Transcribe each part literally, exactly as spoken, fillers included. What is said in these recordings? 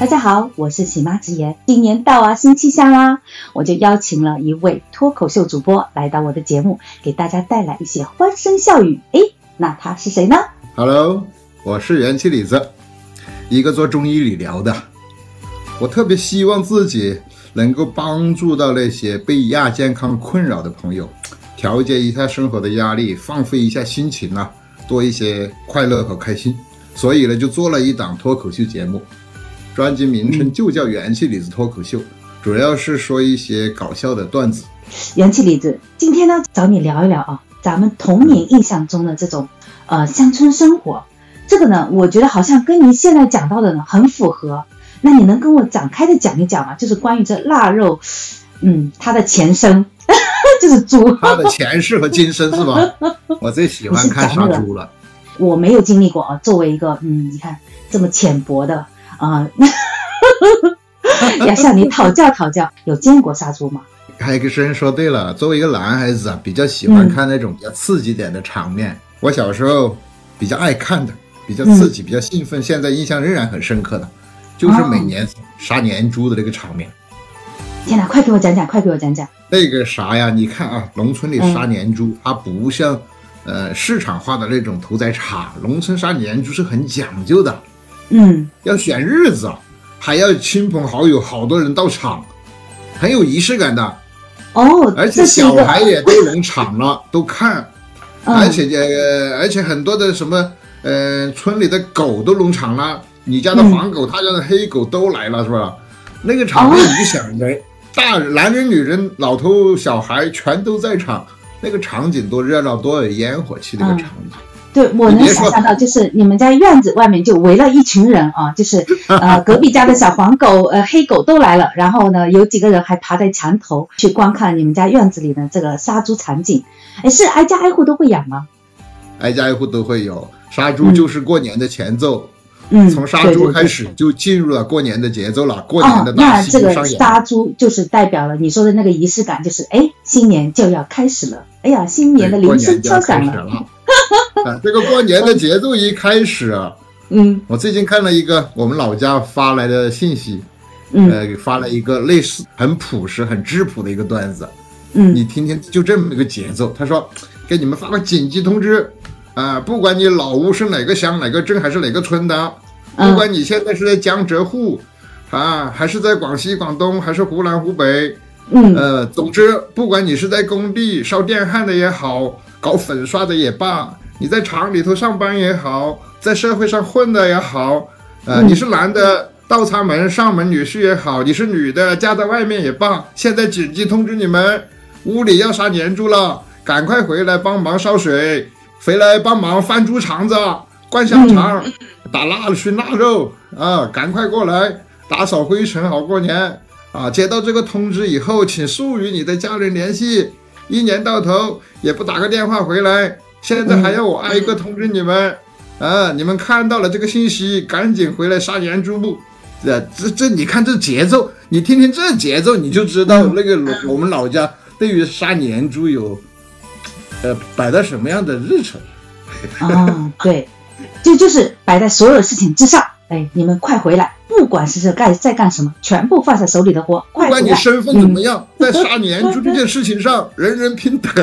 大家好，我是喜妈之言。今年到啊，新气象啦，我就邀请了一位脱口秀主播来到我的节目，给大家带来一些欢声笑语。诶，那他是谁呢？ Hello， 我是元气李子，一个做中医理疗的。我特别希望自己能够帮助到那些被亚健康困扰的朋友，调节一下生活的压力，放飞一下心情啊，多一些快乐和开心。所以呢，就做了一档脱口秀节目，专辑名称就叫元气李子脱口秀，主要是说一些搞笑的段子。 元气李子，今天呢找你聊一聊啊，咱们童年印象中的这种呃乡村生活，这个呢，我觉得好像跟您现在讲到的呢很符合。那你能跟我展开的讲一讲吗？就是关于这腊肉，嗯，它的前身就是猪， 它的前世和今生是吧？我最喜欢看杀猪了。 我没有经历过啊，作为一个嗯，你看这么浅薄的啊，呃、要向你讨教讨教，有见过杀猪吗？ 海克生说对了，作为一个男孩子啊，比较喜欢看那种比较刺激点的场面。嗯、我小时候比较爱看的，比较刺激，嗯、比较兴奋，现在印象仍然很深刻的，就是每年杀年猪的这个场面。 天哪，快给我讲讲，快给我讲讲。 那个啥呀，你看啊，农村里杀年猪，嗯、它不像。呃，市场化的那种屠宰场，农村杀年猪是很讲究的， 嗯， 要选日子，还要亲朋好友好多人到场，很有仪式感的。 哦， 而且小孩也都拢场了，都看，嗯、而且呃，而且很多的什么呃，村里的狗都拢场了，你家的黄狗，嗯、他家的黑狗都来了，是吧？那个场面你想人，哦、大人、男人、女人、老头、小孩全都在场。那个场景多热闹，多有烟火气的一个场景。 嗯、对，我能想象到，就是你们家院子外面就围了一群人啊，就是呃隔壁家的小黄狗、呃黑狗都来了，然后呢有几个人还爬在墙头去观看你们家院子里的这个杀猪场景。哎，是挨家挨户都会养吗？ 挨家挨户都会有，杀猪就是过年的前奏。 嗯， 从杀猪开始就进入了过年的节奏了，嗯、过年的大戏就上演了。 那这个杀猪就是代表了你说的那个仪式感，就是哎，新年就要开始了，哎呀，新年的铃声敲响了。 了啊、这个过年的节奏一开始啊， 嗯， 我最近看了一个我们老家发来的信息， 嗯， 呃，发了一个类似很朴实、很质朴的一个段子， 嗯， 你听听，就这么一个节奏。他说，给你们发个紧急通知。啊、呃，不管你老屋是哪个乡、哪个镇还是哪个村的，不管你现在是在江浙沪，啊，还是在广西、广东，还是湖南、湖北， 嗯，呃， 总之，不管你是在工地烧电焊的也好，搞粉刷的也罢，你在厂里头上班也好，在社会上混的也好，呃，嗯、你是男的倒插门上门女婿也好，你是女的嫁在外面也罢，现在紧急通知你们，屋里要杀年猪了，赶快回来帮忙烧水。回来帮忙翻猪肠子、灌香肠、嗯、打腊熏腊肉啊！赶快过来打扫灰尘，好过年啊！接到这个通知以后，请速与你的家人联系。一年到头也不打个电话回来，现在还要我挨个通知你们、嗯、啊！你们看到了这个信息，赶紧回来杀年猪不？这这这，你看这节奏，你听听这节奏，你就知道那个我们老家对于杀年猪有。呃，摆在什么样的日程？ 哦，对，这就是摆在所有事情之上。哎，你们快回来！不管是干在干什么，全部放下手里的活，快回来！ 不管你身份怎么样，嗯、在杀年猪这件事情上，人人平等。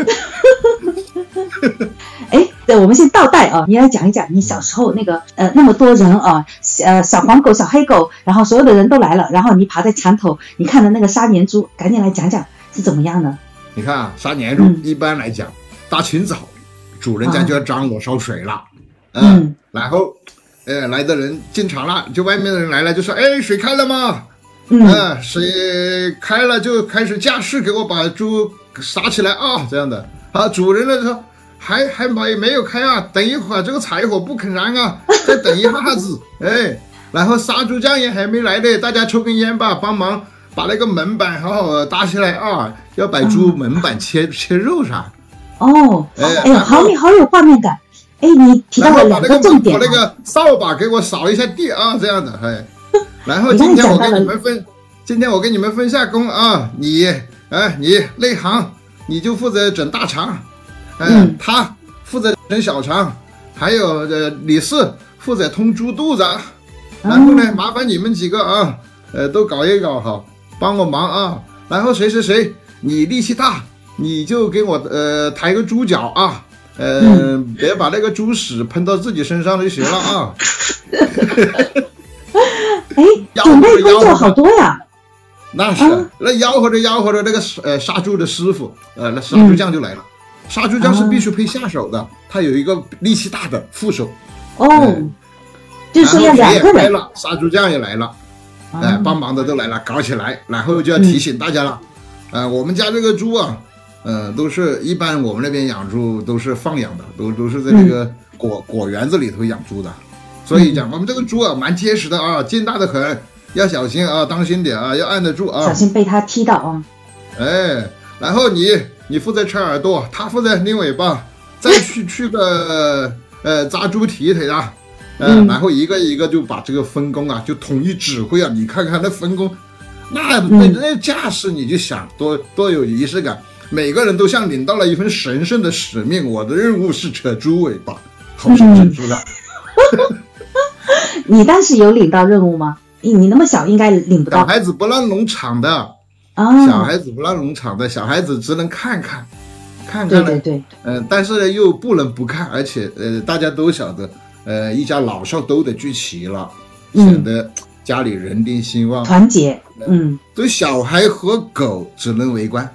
哎，对，我们先倒带啊，你来讲一讲你小时候那个呃那么多人啊，呃小黄狗、小黑狗，然后所有的人都来了，然后你爬在墙头，你看的那个杀年猪，赶紧来讲讲是怎么样的。 你看啊，杀年猪、嗯、一般来讲，大清早，主人家就要张罗烧水了，嗯，嗯然后，呃，来的人进场了，就外面的人来了，就说，哎，水开了吗？嗯，呃、水开了就开始架势，给我把猪杀起来啊，这样的。啊，主人呢说，还还没没有开啊，等一会儿这个柴火不肯燃啊，再等一下子，哎，然后杀猪匠也还没来的，大家抽根烟吧，帮忙。把那个门板好好搭起来啊！要把猪门板切、嗯、切肉啥？ 哦，哎呦，好你好有画面感！哎，你提到了两个重点、啊。 我那个扫把给我扫一下地啊，这样的哎。然后今天我跟你们分，今天我给你们分下工啊，你哎你内行，你就负责整大肠，哎、嗯，他负责整小肠，还有呃李四负责通猪肚子。 然后呢，麻烦你们几个啊，呃，都搞一搞好，帮我忙啊。然后谁谁谁，你力气大，你就给我呃抬个猪脚啊，呃，嗯、别把那个猪屎喷到自己身上就行了啊。 哎，准备工作好多呀。 那是，啊、那吆喝着吆喝着，那个呃杀猪的师傅，呃，那杀猪匠就来了。嗯、杀猪匠是必须配下手的，啊、他有一个力气大的副手。 哦，嗯、就是要两个人。 来了，杀猪匠也来了。哎、呃，帮忙的都来了，搞起来，然后就要提醒大家了，嗯、呃，我们家这个猪啊，呃，都是一般我们那边养猪都是放养的，都都是在这个果、嗯、果园子里头养猪的，所以讲我们这个猪啊蛮结实的啊，劲大的很，要小心啊，当心点啊，要按得住啊， 小心被它踢到啊。 哎，然后你你负责扯耳朵，他负责拧尾巴，再去去个呃扎猪蹄腿啊。嗯，然后一个一个就把这个分工啊，就统一指挥啊。你看看那分工，那那那架势，你就想多多有仪式感。每个人都像领到了一份神圣的使命，我的任务是扯猪尾巴，好想扯猪的。 嗯、你当时有领到任务吗？你那么小，应该领不到。 小孩子不让农场的啊，哦、小孩子不让农场的，小孩子只能看看，看看。 对对对。 嗯、呃，但是呢又不能不看，而且呃大家都晓得。呃，一家老少都得聚齐了，显得家里人丁兴旺、 团结。嗯， 对，小孩和狗只能围观。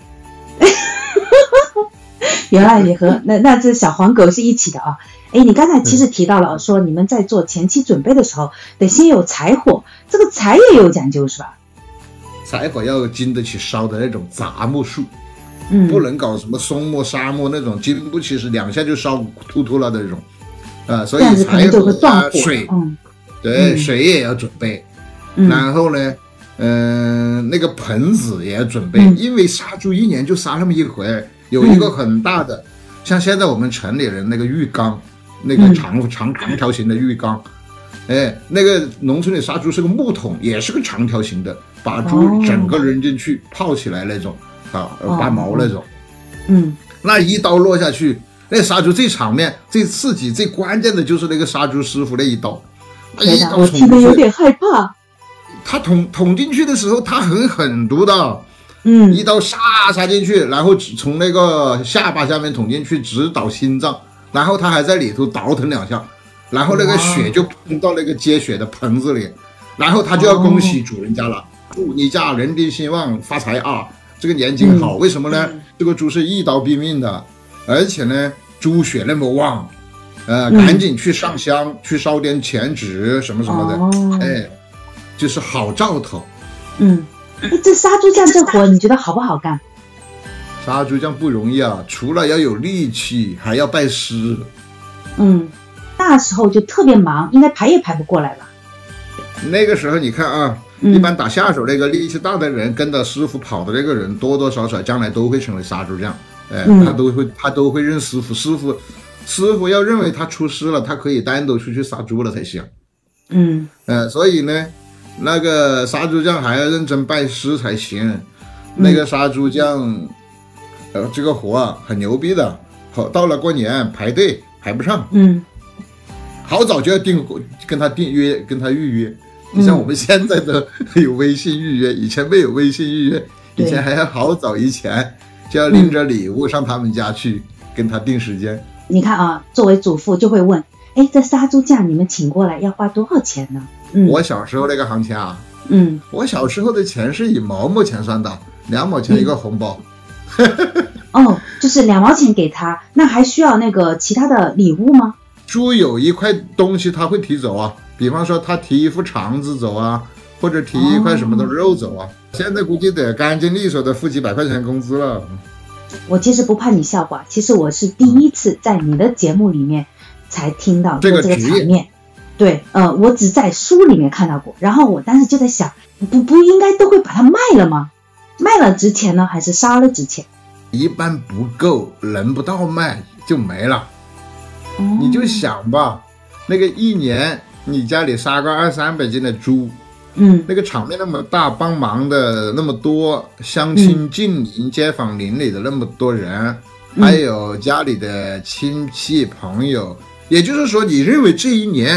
原来你和那那只小黄狗是一起的啊！哎，你刚才其实提到了，说你们在做前期准备的时候，得先有柴火，这个柴也有讲究是吧？ 柴火要经得起烧的那种杂木树， 嗯， 不能搞什么松木、沙木那种经不起是两下就烧秃秃了的那种。啊、呃，所以柴火啊，水， 嗯， 对，嗯、水也要准备，嗯、然后呢，嗯、呃，那个盆子也要准备，嗯、因为杀猪一年就杀那么一回，有一个很大的，嗯、像现在我们城里人那个浴缸，那个长、嗯、长长条形的浴缸，哎，那个农村里杀猪是个木桶，也是个长条形的，把猪整个扔进去、哦、泡起来那种，啊，拔毛那种， 嗯， 那一刀落下去。那杀猪最场面、最刺激、最关键的就是那个杀猪师傅那一刀， 一刀我听得有点害怕。 他捅捅进去的时候，他很狠毒的， 嗯， 一刀杀杀进去，然后从那个下巴下面捅进去，直捣心脏，然后他还在里头倒腾两下，然后那个血就喷到那个接血的盆子里，然后他就要恭喜主人家了，祝你家人丁兴旺发财啊，这个年景好。嗯、为什么呢？这个猪是一刀毙命的。而且呢，猪血那么旺，呃，嗯、赶紧去上香，去烧点钱纸什么什么的，哦、哎，就是好兆头。 嗯，这杀猪匠这活你觉得好不好干？ 杀猪匠不容易啊，除了要有力气，还要拜师。 嗯，那时候就特别忙，应该排也排不过来吧？ 那个时候你看啊，嗯、一般打下手那个力气大的人，跟着师傅跑的那个人，多多少少将来都会成为杀猪匠。哎，他都会，他都会认师傅，师傅，师傅要认为他出师了，他可以单独出去杀猪了才行。 嗯， 呃，所以呢，那个杀猪匠还要认真拜师才行。嗯、那个杀猪匠，呃，这个活啊很牛逼的，好，到了过年排队排不上， 嗯， 好早就要订，跟他订约，跟他预约。你像我们现在的有微信预约，以前没有微信预约，以前还要好早以前。就要拎着礼物上他们家去，嗯、跟他定时间。 你看啊，作为主妇就会问，哎，这杀猪匠你们请过来要花多少钱呢？ 嗯，我小时候那个行情啊， 嗯， 我小时候的钱是以毛毛钱算的，两毛钱一个红包。 嗯、哦，就是两毛钱给他，那还需要那个其他的礼物吗？ 猪有一块东西他会提走啊，比方说他提一副肠子走啊。或者提一块什么的肉走啊，哦、现在估计得干净利索的付几百块钱工资了。 我其实不怕你笑话，其实我是第一次在你的节目里面才听到这个场面。对，呃，我只在书里面看到过，然后我当时就在想，不不应该都会把它卖了吗？卖了值钱呢，还是杀了值钱？ 一般不够，轮不到卖就没了。 哦、 你就想吧，那个一年你家里杀个二三百斤的猪。 嗯， 那个场面那么大，帮忙的那么多，乡亲近邻、嗯、街坊邻里的那么多人，嗯、还有家里的亲戚朋友，也就是说，你认为这一年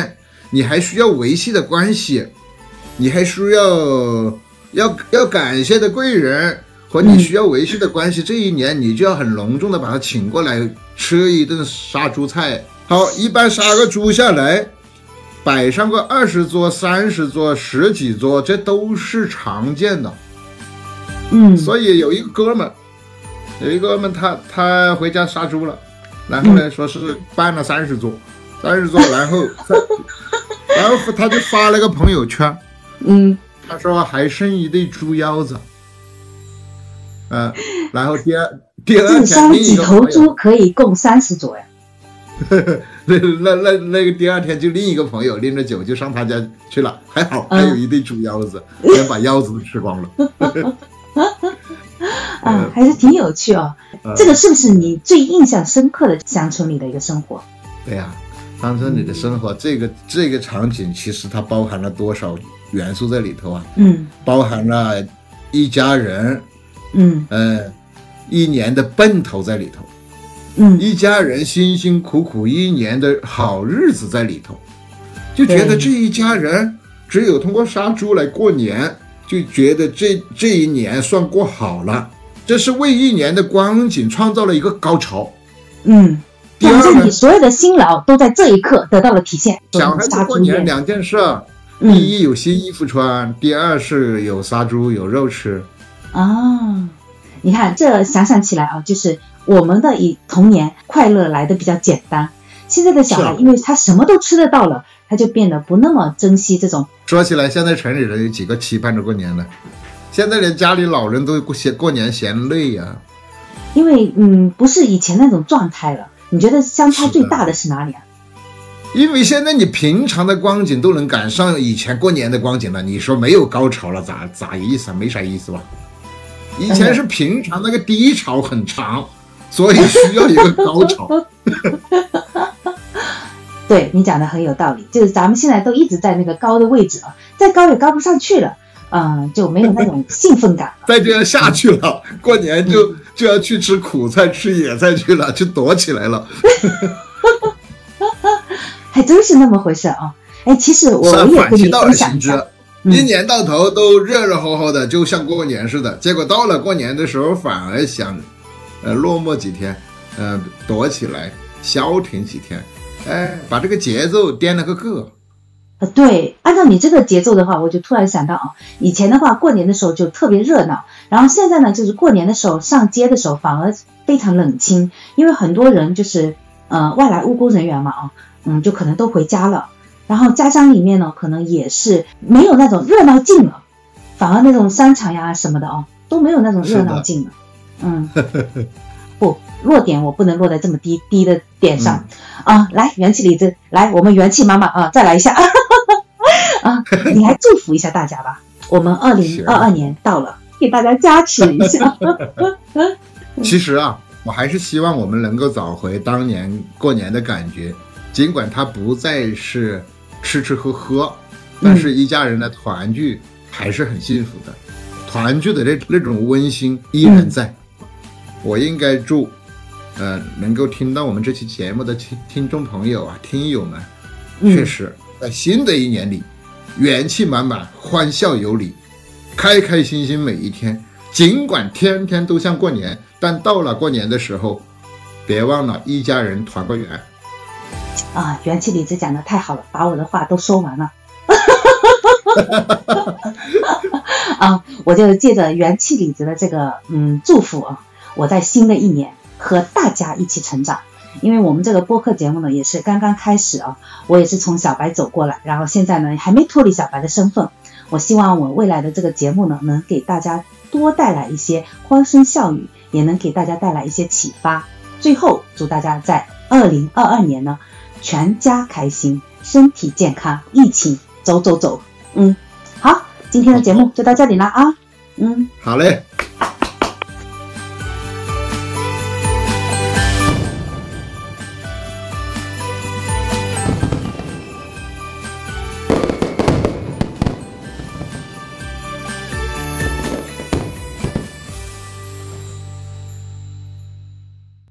你还需要维系的关系，你还需要要要感谢的贵人和你需要维系的关系，嗯、这一年你就要很隆重的把他请过来吃一顿杀猪菜。好，一般杀个猪下来，摆上个二十桌、三十桌、十几桌，这都是常见的。 嗯， 所以有一个哥们，有一个哥们他他回家杀猪了，然后呢、嗯、说是办了三十桌，三十桌，然后然后他就发了个朋友圈， 嗯， 他说还剩一对猪腰子，嗯、呃，然后第二第二天杀几头猪可以供三十桌呀。 那那那那个第二天就另一个朋友拎着酒就上他家去了，还好还有一对猪腰子，嗯、先把腰子都吃光了。 啊，还是挺有趣哦。呃、这个是不是你最印象深刻的乡村里的一个生活？ 对呀、啊，乡村里的生活，这个这个场景其实它包含了多少元素在里头啊？ 嗯， 包含了一家人， 嗯呃，一年的奔头在里头。 嗯， 一家人辛辛苦苦一年的好日子在里头，就觉得这一家人只有通过杀猪来过年，就觉得这这一年算过好了，这是为一年的光景创造了一个高潮。 嗯，好像你所有的辛劳都在这一刻得到了体现。 小孩子过年两件事， 嗯、 第一有新衣服穿，第二是有杀猪有肉吃。 啊，你看这想想起来啊，就是我们的以童年快乐来的比较简单，现在的小孩因为他什么都吃得到了，他就变得不那么珍惜这种。 说起来，现在城里人有几个期盼着过年了？现在连家里老人都嫌过年嫌累呀、啊。 因为嗯，不是以前那种状态了。你觉得相差最大的是哪里啊？ 因为现在你平常的光景都能赶上以前过年的光景了，你说没有高潮了，咋咋意思啊？没啥意思吧？以前是平常那个低潮很长。所以需要一个高潮。 对，你讲的很有道理，就是咱们现在都一直在那个高的位置啊，再高也高不上去了，嗯、呃，就没有那种兴奋感了。 再这样下去了，过年就、嗯、就要去吃苦菜、吃野菜去了，就躲起来了。 还真是那么回事啊！哎，其实我我也跟你分享一下。 嗯、一年到头都热热乎乎的，就像过年似的，结果到了过年的时候，反而想。呃，落寞几天，呃，躲起来，消停几天，哎，把这个节奏颠了个个。 呃，对，按照你这个节奏的话，我就突然想到啊，以前的话，过年的时候就特别热闹，然后现在呢，就是过年的时候上街的时候反而非常冷清，因为很多人就是呃外来务工人员嘛啊，嗯，就可能都回家了，然后家乡里面呢，可能也是没有那种热闹劲了，反而那种商场呀什么的啊，都没有那种热闹劲了。嗯，不，落点我不能落在这么低低的点上、嗯、啊！来，元气李子，来，我们元气妈妈啊，再来一下啊！你来祝福一下大家吧，我们二零二二年到了，给大家加持一下。 其实啊，我还是希望我们能够找回当年过年的感觉，尽管它不再是吃吃喝喝，但是一家人的团聚还是很幸福的，团聚的那那种温馨依然在。嗯，我应该祝，呃，能够听到我们这期节目的听听众朋友啊、听友们，确实在新的一年里，元气满满，欢笑有礼，开开心心每一天。尽管天天都像过年，但到了过年的时候，别忘了一家人团个圆。 啊，元气李子讲的太好了，把我的话都说完了。啊，我就借着元气李子的这个嗯祝福啊。我在新的一年和大家一起成长，因为我们这个播客节目呢也是刚刚开始啊，我也是从小白走过来，然后现在呢还没脱离小白的身份，我希望我未来的这个节目呢能给大家多带来一些欢声笑语，也能给大家带来一些启发。最后祝大家在二零二二年呢全家开心，身体健康，疫情走走走。嗯，好，今天的节目就到这里了啊。嗯， 好嘞。